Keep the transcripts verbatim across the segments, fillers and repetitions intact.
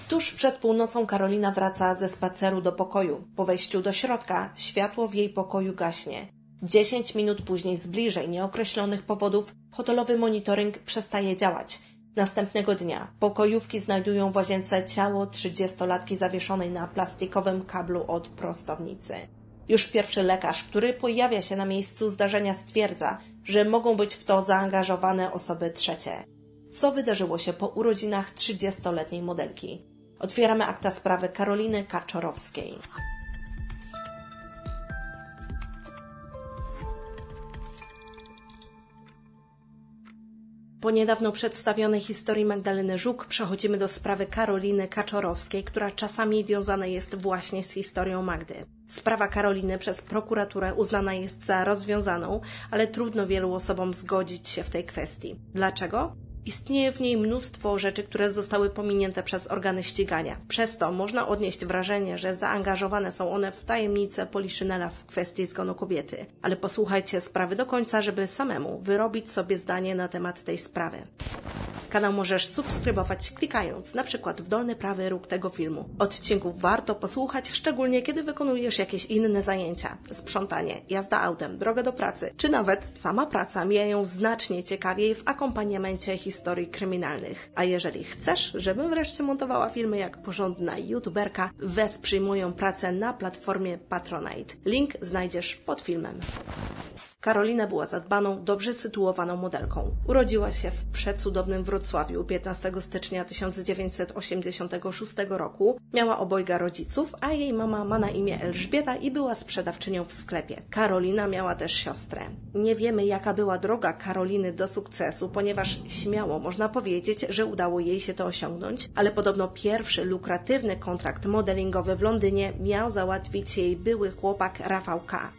Tuż przed północą Karolina wraca ze spaceru do pokoju. Po wejściu do środka światło w jej pokoju gaśnie. Dziesięć minut później z bliżej nieokreślonych powodów hotelowy monitoring przestaje działać. Następnego dnia pokojówki znajdują w łazience ciało trzydziestolatki zawieszonej na plastikowym kablu od prostownicy. Już pierwszy lekarz, który pojawia się na miejscu zdarzenia, stwierdza, że mogą być w to zaangażowane osoby trzecie. Co wydarzyło się po urodzinach trzydziestoletniej modelki? Otwieramy akta sprawy Karoliny Kaczorowskiej. Po niedawno przedstawionej historii Magdaleny Żuk przechodzimy do sprawy Karoliny Kaczorowskiej, która czasami wiązana jest właśnie z historią Magdy. Sprawa Karoliny przez prokuraturę uznana jest za rozwiązaną, ale trudno wielu osobom zgodzić się w tej kwestii. Dlaczego? Istnieje w niej mnóstwo rzeczy, które zostały pominięte przez organy ścigania. Przez to można odnieść wrażenie, że zaangażowane są one w tajemnicę Poliszynela w kwestii zgonu kobiety. Ale posłuchajcie sprawy do końca, żeby samemu wyrobić sobie zdanie na temat tej sprawy. Kanał możesz subskrybować klikając na przykład w dolny prawy róg tego filmu. Odcinków warto posłuchać, szczególnie kiedy wykonujesz jakieś inne zajęcia. Sprzątanie, jazda autem, droga do pracy, czy nawet sama praca mijają znacznie ciekawiej w akompaniamencie historii kryminalnych. A jeżeli chcesz, żebym wreszcie montowała filmy jak porządna youtuberka, wesprzyj moją pracę na platformie Patronite. Link znajdziesz pod filmem. Karolina była zadbaną, dobrze sytuowaną modelką. Urodziła się w przecudownym Wrocławiu piętnastego stycznia tysiąc dziewięćset osiemdziesiątego szóstego roku. Miała obojga rodziców, a jej mama ma na imię Elżbieta i była sprzedawczynią w sklepie. Karolina miała też siostrę. Nie wiemy, jaka była droga Karoliny do sukcesu, ponieważ śmiało można powiedzieć, że udało jej się to osiągnąć, ale podobno pierwszy lukratywny kontrakt modelingowy w Londynie miał załatwić jej były chłopak Rafał K.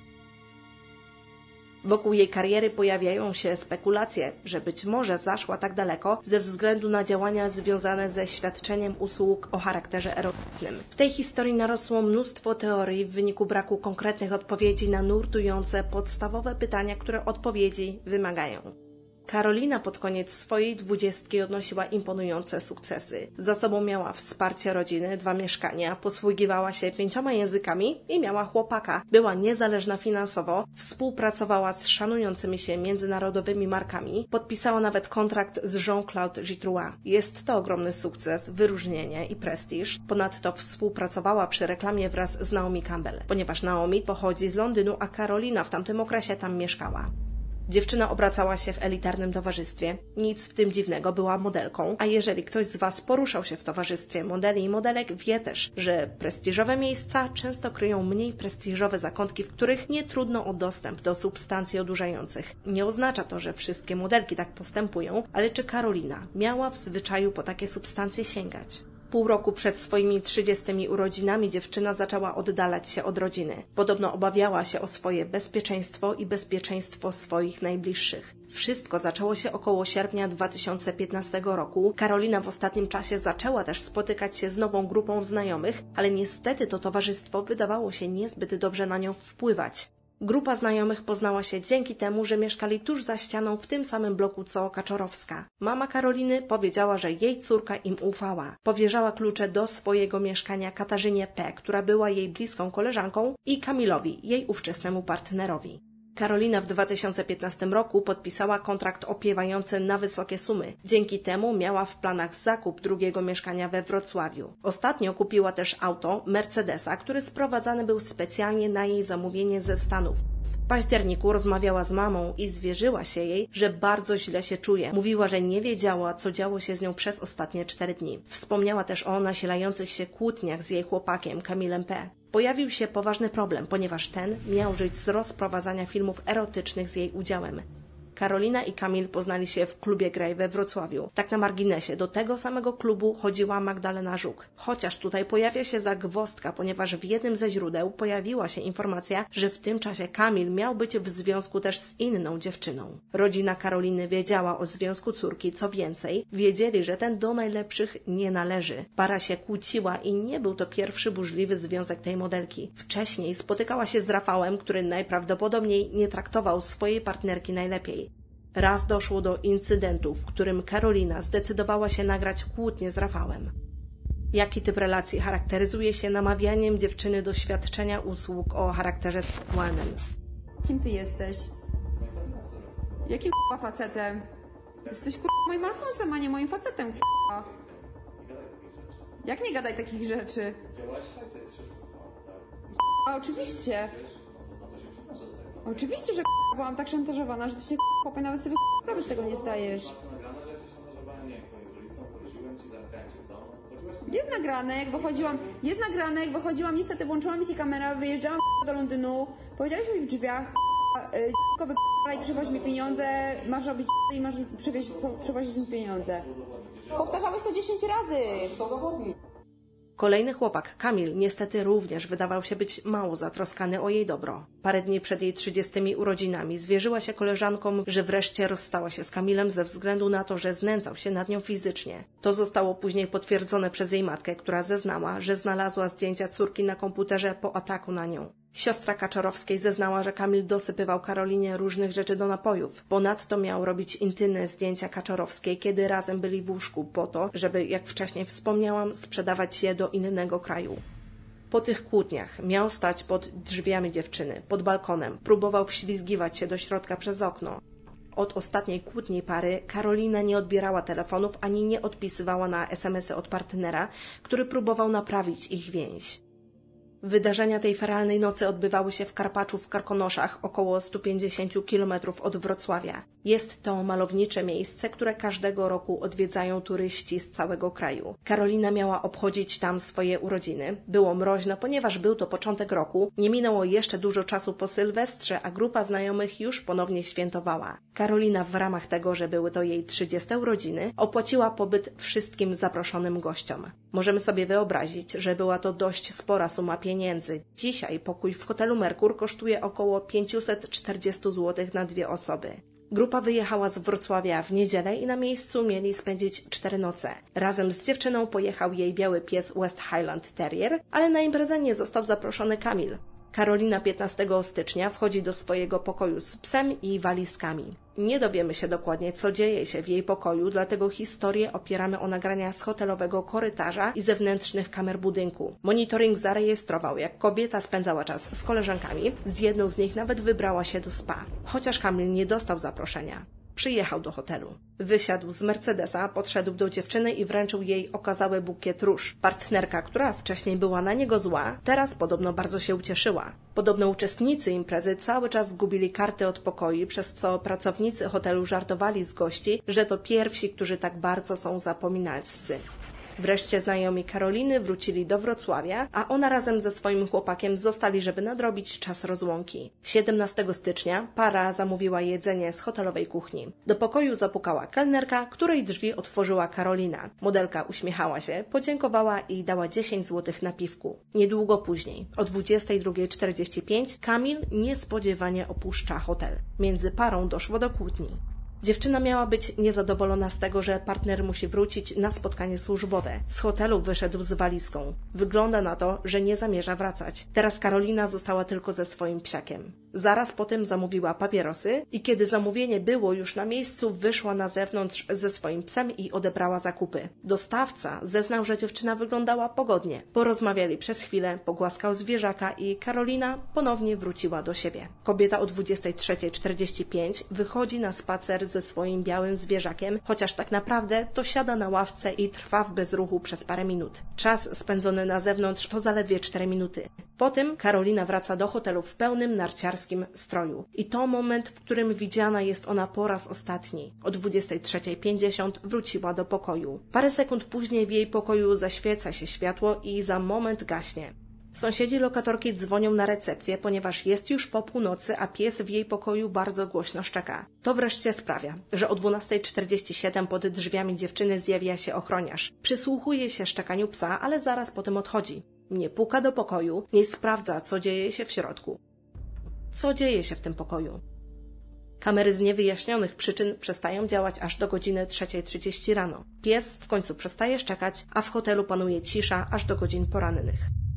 Wokół jej kariery pojawiają się spekulacje, że być może zaszła tak daleko ze względu na działania związane ze świadczeniem usług o charakterze erotycznym. W tej historii narosło mnóstwo teorii w wyniku braku konkretnych odpowiedzi na nurtujące, podstawowe pytania, które odpowiedzi wymagają. Karolina pod koniec swojej dwudziestki odnosiła imponujące sukcesy. Za sobą miała wsparcie rodziny, dwa mieszkania, posługiwała się pięcioma językami i miała chłopaka. Była niezależna finansowo, współpracowała z szanującymi się międzynarodowymi markami, podpisała nawet kontrakt z Jean-Claude Gitroux. Jest to ogromny sukces, wyróżnienie i prestiż. Ponadto współpracowała przy reklamie wraz z Naomi Campbell, ponieważ Naomi pochodzi z Londynu, a Karolina w tamtym okresie tam mieszkała. Dziewczyna obracała się w elitarnym towarzystwie. Nic w tym dziwnego, była modelką, a jeżeli ktoś z Was poruszał się w towarzystwie modeli i modelek, wie też, że prestiżowe miejsca często kryją mniej prestiżowe zakątki, w których nie trudno o dostęp do substancji odurzających. Nie oznacza to, że wszystkie modelki tak postępują, ale czy Karolina miała w zwyczaju po takie substancje sięgać? Pół roku przed swoimi trzydziestymi urodzinami dziewczyna zaczęła oddalać się od rodziny. Podobno obawiała się o swoje bezpieczeństwo i bezpieczeństwo swoich najbliższych. Wszystko zaczęło się około sierpnia dwa tysiące piętnastego roku. Karolina w ostatnim czasie zaczęła też spotykać się z nową grupą znajomych, ale niestety to towarzystwo wydawało się niezbyt dobrze na nią wpływać. Grupa znajomych poznała się dzięki temu, że mieszkali tuż za ścianą w tym samym bloku co Kaczorowska. Mama Karoliny powiedziała, że jej córka im ufała. Powierzała klucze do swojego mieszkania Katarzynie P., która była jej bliską koleżanką, i Kamilowi, jej ówczesnemu partnerowi. Karolina w dwa tysiące piętnastym roku podpisała kontrakt opiewający na wysokie sumy. Dzięki temu miała w planach zakup drugiego mieszkania we Wrocławiu. Ostatnio kupiła też auto Mercedesa, który sprowadzany był specjalnie na jej zamówienie ze Stanów. W październiku rozmawiała z mamą i zwierzyła się jej, że bardzo źle się czuje. Mówiła, że nie wiedziała, co działo się z nią przez ostatnie cztery dni. Wspomniała też o nasilających się kłótniach z jej chłopakiem Kamilem P. Pojawił się poważny problem, ponieważ ten miał żyć z rozprowadzania filmów erotycznych z jej udziałem. Karolina i Kamil poznali się w klubie Grey we Wrocławiu. Tak na marginesie, do tego samego klubu chodziła Magdalena Żuk. Chociaż tutaj pojawia się zagwozdka, ponieważ w jednym ze źródeł pojawiła się informacja, że w tym czasie Kamil miał być w związku też z inną dziewczyną. Rodzina Karoliny wiedziała o związku córki, co więcej, wiedzieli, że ten do najlepszych nie należy. Para się kłóciła i nie był to pierwszy burzliwy związek tej modelki. Wcześniej spotykała się z Rafałem, który najprawdopodobniej nie traktował swojej partnerki najlepiej. Raz doszło do incydentu, w którym Karolina zdecydowała się nagrać kłótnię z Rafałem. Jaki typ relacji charakteryzuje się namawianiem dziewczyny do świadczenia usług o charakterze seksualnym? Kim ty jesteś? Jakim k***a facetem? Jesteś k***a moim alfonsem, a nie moim facetem, k***a. Jak nie gadaj takich rzeczy? A oczywiście. Oczywiście, że k***a byłam tak szantażowana, że ty się k***a nawet sobie k***a sprawy z tego nie zdajesz. Jest nagrane, jak wychodziłam, jest nagrane, jak wychodziłam, niestety włączyła mi się kamera, wyjeżdżałam do Londynu, powiedziałeś mi w drzwiach, k***a, wyp***a i przywoź mi pieniądze, masz robić i masz przywozić mi pieniądze. Powtarzałeś to dziesięć razy. Kto dowodni? Kolejny chłopak, Kamil, niestety również wydawał się być mało zatroskany o jej dobro. Parę dni przed jej trzydziestymi urodzinami zwierzyła się koleżankom, że wreszcie rozstała się z Kamilem ze względu na to, że znęcał się nad nią fizycznie. To zostało później potwierdzone przez jej matkę, która zeznała, że znalazła zdjęcia córki na komputerze po ataku na nią. Siostra Kaczorowskiej zeznała, że Kamil dosypywał Karolinie różnych rzeczy do napojów. Ponadto miał robić intymne zdjęcia Kaczorowskiej, kiedy razem byli w łóżku po to, żeby, jak wcześniej wspomniałam, sprzedawać je do innego kraju. Po tych kłótniach miał stać pod drzwiami dziewczyny, pod balkonem. Próbował wślizgiwać się do środka przez okno. Od ostatniej kłótni pary Karolina nie odbierała telefonów ani nie odpisywała na es em esy od partnera, który próbował naprawić ich więź. Wydarzenia tej feralnej nocy odbywały się w Karpaczu w Karkonoszach, około sto pięćdziesiąt kilometrów od Wrocławia. Jest to malownicze miejsce, które każdego roku odwiedzają turyści z całego kraju. Karolina miała obchodzić tam swoje urodziny. Było mroźno, ponieważ był to początek roku. Nie minęło jeszcze dużo czasu po Sylwestrze, a grupa znajomych już ponownie świętowała. Karolina w ramach tego, że były to jej trzydzieste urodziny, opłaciła pobyt wszystkim zaproszonym gościom. Możemy sobie wyobrazić, że była to dość spora suma pieniędzy. Dzisiaj pokój w hotelu Merkur kosztuje około pięćset czterdzieści złotych na dwie osoby. Grupa wyjechała z Wrocławia w niedzielę i na miejscu mieli spędzić cztery noce. Razem z dziewczyną pojechał jej biały pies West Highland Terrier, ale na imprezę nie został zaproszony Kamil. Karolina piętnastego stycznia wchodzi do swojego pokoju z psem i walizkami. Nie dowiemy się dokładnie, co dzieje się w jej pokoju, dlatego historię opieramy o nagrania z hotelowego korytarza i zewnętrznych kamer budynku. Monitoring zarejestrował, jak kobieta spędzała czas z koleżankami, z jedną z nich nawet wybrała się do spa. Chociaż Kamil nie dostał zaproszenia. Przyjechał do hotelu. Wysiadł z Mercedesa, podszedł do dziewczyny i wręczył jej okazały bukiet róż. Partnerka, która wcześniej była na niego zła, teraz podobno bardzo się ucieszyła. Podobno uczestnicy imprezy cały czas gubili karty od pokoi, przez co pracownicy hotelu żartowali z gości, że to pierwsi, którzy tak bardzo są zapominalscy. Wreszcie znajomi Karoliny wrócili do Wrocławia, a ona razem ze swoim chłopakiem zostali, żeby nadrobić czas rozłąki. siedemnastego stycznia para zamówiła jedzenie z hotelowej kuchni. Do pokoju zapukała kelnerka, której drzwi otworzyła Karolina. Modelka uśmiechała się, podziękowała i dała dziesięć złotych na piwku. Niedługo później, o dwudziestej drugiej czterdzieści pięć, Kamil niespodziewanie opuszcza hotel. Między parą doszło do kłótni. Dziewczyna miała być niezadowolona z tego, że partner musi wrócić na spotkanie służbowe. Z hotelu wyszedł z walizką. Wygląda na to, że nie zamierza wracać. Teraz Karolina została tylko ze swoim psiakiem. Zaraz potem zamówiła papierosy i kiedy zamówienie było już na miejscu, wyszła na zewnątrz ze swoim psem i odebrała zakupy. Dostawca zeznał, że dziewczyna wyglądała pogodnie. Porozmawiali przez chwilę, pogłaskał zwierzaka i Karolina ponownie wróciła do siebie. Kobieta o dwudziestej trzeciej czterdzieści pięć wychodzi na spacer ze swoim białym zwierzakiem, chociaż tak naprawdę to siada na ławce i trwa w bezruchu przez parę minut. Czas spędzony na zewnątrz to zaledwie cztery minuty. Potem Karolina wraca do hotelu w pełnym narciarskim stroju. I to moment, w którym widziana jest ona po raz ostatni. O dwudziestej trzeciej pięćdziesiąt wróciła do pokoju. Parę sekund później w jej pokoju zaświeca się światło i za moment gaśnie. Sąsiedzi lokatorki dzwonią na recepcję, ponieważ jest już po północy, a pies w jej pokoju bardzo głośno szczeka. To wreszcie sprawia, że o dwunastej czterdzieści siedem pod drzwiami dziewczyny zjawia się ochroniarz. Przysłuchuje się szczekaniu psa, ale zaraz potem odchodzi. Nie puka do pokoju, nie sprawdza, co dzieje się w środku. Co dzieje się w tym pokoju? Kamery z niewyjaśnionych przyczyn przestają działać aż do godziny trzeciej trzydzieści rano. Pies w końcu przestaje szczekać, a w hotelu panuje cisza aż do godzin porannych.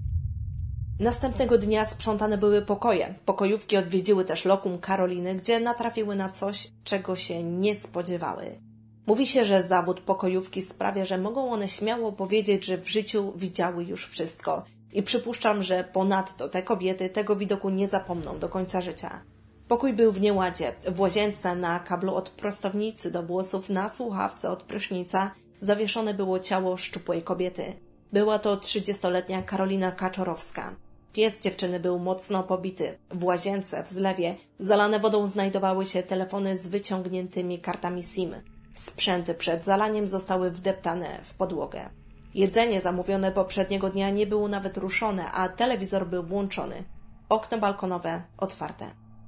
Następnego dnia sprzątane były pokoje. Pokojówki odwiedziły też lokum Karoliny, gdzie natrafiły na coś, czego się nie spodziewały. Mówi się, że zawód pokojówki sprawia, że mogą one śmiało powiedzieć, że w życiu widziały już wszystko. I przypuszczam, że ponadto te kobiety tego widoku nie zapomną do końca życia. Pokój był w nieładzie. W łazience na kablu od prostownicy do włosów, na słuchawce od prysznica zawieszone było ciało szczupłej kobiety. Była to trzydziestoletnia Karolina Kaczorowska. Pies dziewczyny był mocno pobity. W łazience, w zlewie, zalane wodą znajdowały się telefony z wyciągniętymi kartami SIM. Sprzęty przed zalaniem zostały wdeptane w podłogę. Jedzenie zamówione poprzedniego dnia nie było nawet ruszone, a telewizor był włączony. Okno balkonowe otwarte.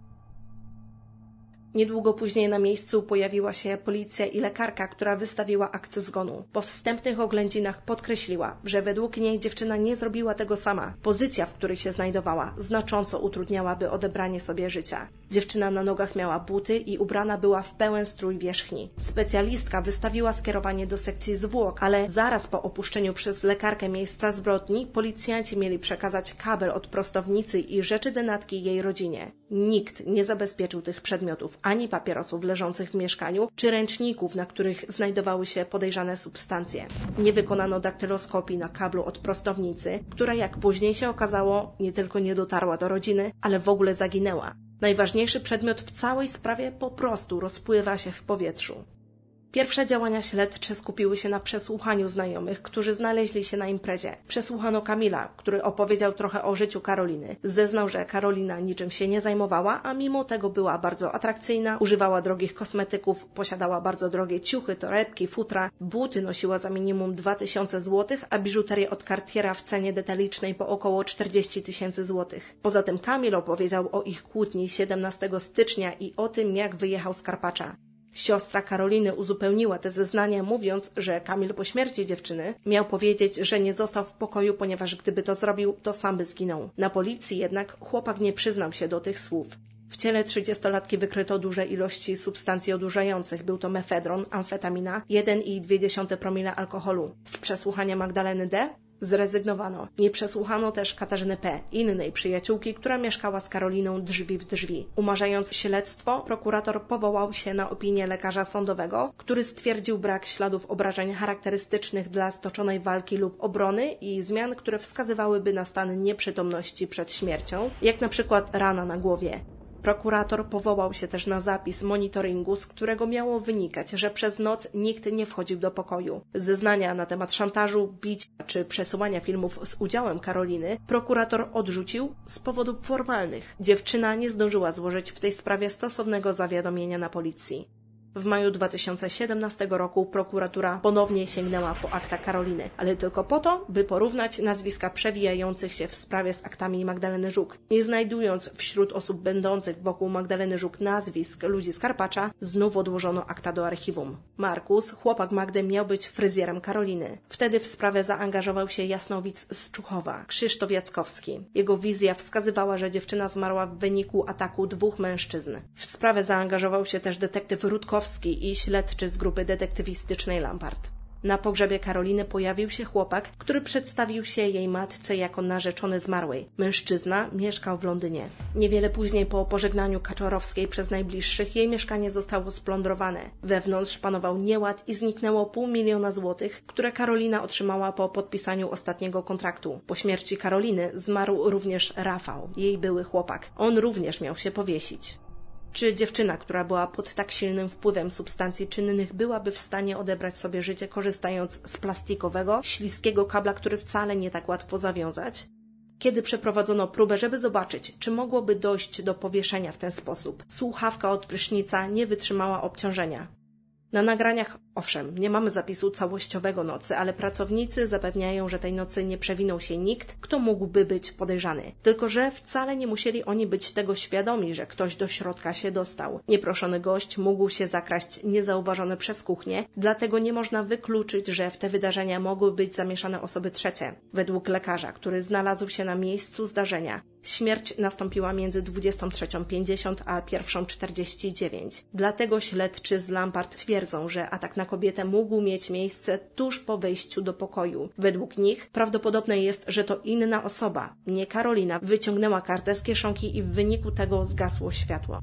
Niedługo później na miejscu pojawiła się policja i lekarka, która wystawiła akt zgonu. Po wstępnych oględzinach podkreśliła, że według niej dziewczyna nie zrobiła tego sama. Pozycja, w której się znajdowała, znacząco utrudniałaby odebranie sobie życia. Dziewczyna na nogach miała buty i ubrana była w pełen strój wierzchni. Specjalistka wystawiła skierowanie do sekcji zwłok, ale zaraz po opuszczeniu przez lekarkę miejsca zbrodni policjanci mieli przekazać kabel od prostownicy i rzeczy denatki jej rodzinie. Nikt nie zabezpieczył tych przedmiotów, ani papierosów leżących w mieszkaniu, czy ręczników, na których znajdowały się podejrzane substancje. Nie wykonano daktyloskopii na kablu od prostownicy, która, jak później się okazało, nie tylko nie dotarła do rodziny, ale w ogóle zaginęła. Najważniejszy przedmiot w całej sprawie po prostu rozpływa się w powietrzu. Pierwsze działania śledcze skupiły się na przesłuchaniu znajomych, którzy znaleźli się na imprezie. Przesłuchano Kamila, który opowiedział trochę o życiu Karoliny. Zeznał, że Karolina niczym się nie zajmowała, a mimo tego była bardzo atrakcyjna, używała drogich kosmetyków, posiadała bardzo drogie ciuchy, torebki, futra, buty nosiła za minimum dwa tysiące złotych, a biżuterię od Cartiera w cenie detalicznej po około czterdzieści tysięcy złotych. Poza tym Kamil opowiedział o ich kłótni siedemnastego stycznia i o tym, jak wyjechał z Karpacza. Siostra Karoliny uzupełniła te zeznania, mówiąc, że Kamil po śmierci dziewczyny miał powiedzieć, że nie został w pokoju, ponieważ gdyby to zrobił, to sam by zginął. Na policji jednak chłopak nie przyznał się do tych słów. W ciele trzydziestolatki wykryto duże ilości substancji odurzających. Był to mefedron, amfetamina, jeden i dwie dziesiąte promila alkoholu. Z przesłuchania Magdaleny D. zrezygnowano. Nie przesłuchano też Katarzyny P., innej przyjaciółki, która mieszkała z Karoliną drzwi w drzwi. Umarzając śledztwo, prokurator powołał się na opinię lekarza sądowego, który stwierdził brak śladów obrażeń charakterystycznych dla stoczonej walki lub obrony i zmian, które wskazywałyby na stan nieprzytomności przed śmiercią, jak na przykład rana na głowie. Prokurator powołał się też na zapis monitoringu, z którego miało wynikać, że przez noc nikt nie wchodził do pokoju. Zeznania na temat szantażu, bicia czy przesyłania filmów z udziałem Karoliny prokurator odrzucił z powodów formalnych. Dziewczyna nie zdążyła złożyć w tej sprawie stosownego zawiadomienia na policji. W maju dwa tysiące siedemnastego roku prokuratura ponownie sięgnęła po akta Karoliny, ale tylko po to, by porównać nazwiska przewijających się w sprawie z aktami Magdaleny Żuk. Nie znajdując wśród osób będących wokół Magdaleny Żuk nazwisk ludzi z Karpacza, znów odłożono akta do archiwum. Markus, chłopak Magdy, miał być fryzjerem Karoliny. Wtedy w sprawę zaangażował się jasnowic z Czuchowa, Krzysztof Jackowski. Jego wizja wskazywała, że dziewczyna zmarła w wyniku ataku dwóch mężczyzn. W sprawę zaangażował się też detektyw Rutkowski i śledczy z grupy detektywistycznej Lampart. Na pogrzebie Karoliny pojawił się chłopak, który przedstawił się jej matce jako narzeczony zmarłej. Mężczyzna mieszkał w Londynie. Niewiele później po pożegnaniu Kaczorowskiej przez najbliższych jej mieszkanie zostało splądrowane. Wewnątrz panował nieład i zniknęło pół miliona złotych, które Karolina otrzymała po podpisaniu ostatniego kontraktu. Po śmierci Karoliny zmarł również Rafał, jej były chłopak. On również miał się powiesić. Czy dziewczyna, która była pod tak silnym wpływem substancji czynnych, byłaby w stanie odebrać sobie życie, korzystając z plastikowego, śliskiego kabla, który wcale nie tak łatwo zawiązać? Kiedy przeprowadzono próbę, żeby zobaczyć, czy mogłoby dojść do powieszenia w ten sposób, słuchawka od prysznica nie wytrzymała obciążenia. Na nagraniach, owszem, nie mamy zapisu całościowego nocy, ale pracownicy zapewniają, że tej nocy nie przewinął się nikt, kto mógłby być podejrzany. Tylko że wcale nie musieli oni być tego świadomi, że ktoś do środka się dostał. Nieproszony gość mógł się zakraść niezauważony przez kuchnię, dlatego nie można wykluczyć, że w te wydarzenia mogły być zamieszane osoby trzecie. Według lekarza, który znalazł się na miejscu zdarzenia, śmierć nastąpiła między dwudziestą trzecią pięćdziesiąt a pierwszą czterdzieści dziewięć. Dlatego śledczy z Lampart twierdzą, że atak na kobietę mógł mieć miejsce tuż po wejściu do pokoju. Według nich prawdopodobne jest, że to inna osoba, nie Karolina, wyciągnęła kartę z kieszonki i w wyniku tego zgasło światło.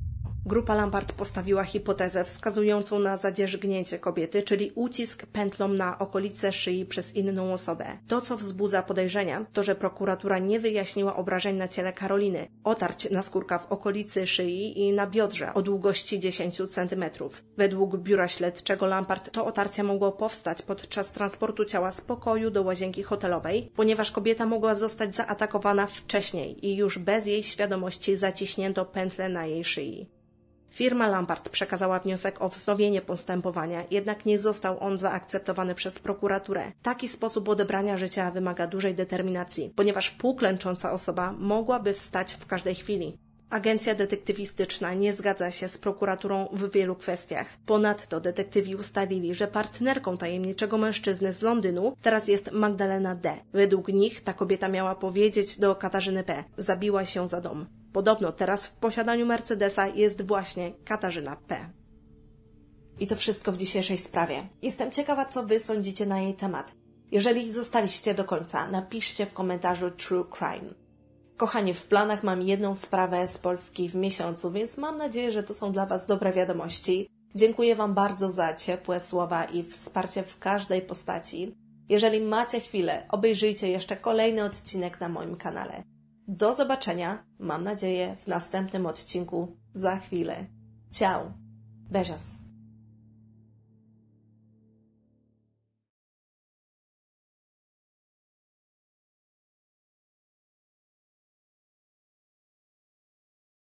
Grupa Lampard postawiła hipotezę wskazującą na zadzierzgnięcie kobiety, czyli ucisk pętlą na okolice szyi przez inną osobę. To, co wzbudza podejrzenia, to, że prokuratura nie wyjaśniła obrażeń na ciele Karoliny, otarć naskórka w okolicy szyi i na biodrze o długości dziesięć centymetrów. Według biura śledczego Lampard to otarcie mogło powstać podczas transportu ciała z pokoju do łazienki hotelowej, ponieważ kobieta mogła zostać zaatakowana wcześniej i już bez jej świadomości zaciśnięto pętlę na jej szyi. Firma Lampard przekazała wniosek o wznowienie postępowania, jednak nie został on zaakceptowany przez prokuraturę. Taki sposób odebrania życia wymaga dużej determinacji, ponieważ półklęcząca osoba mogłaby wstać w każdej chwili. Agencja detektywistyczna nie zgadza się z prokuraturą w wielu kwestiach. Ponadto detektywi ustalili, że partnerką tajemniczego mężczyzny z Londynu teraz jest Magdalena D. Według nich ta kobieta miała powiedzieć do Katarzyny P. Zabiła się za dom. Podobno teraz w posiadaniu Mercedesa jest właśnie Katarzyna P. I to wszystko w dzisiejszej sprawie. Jestem ciekawa, co Wy sądzicie na jej temat. Jeżeli zostaliście do końca, napiszcie w komentarzu True Crime. Kochani, w planach mam jedną sprawę z Polski w miesiącu, więc mam nadzieję, że to są dla Was dobre wiadomości. Dziękuję Wam bardzo za ciepłe słowa i wsparcie w każdej postaci. Jeżeli macie chwilę, obejrzyjcie jeszcze kolejny odcinek na moim kanale. Do zobaczenia, mam nadzieję, w następnym odcinku za chwilę. Ciao. Beijos.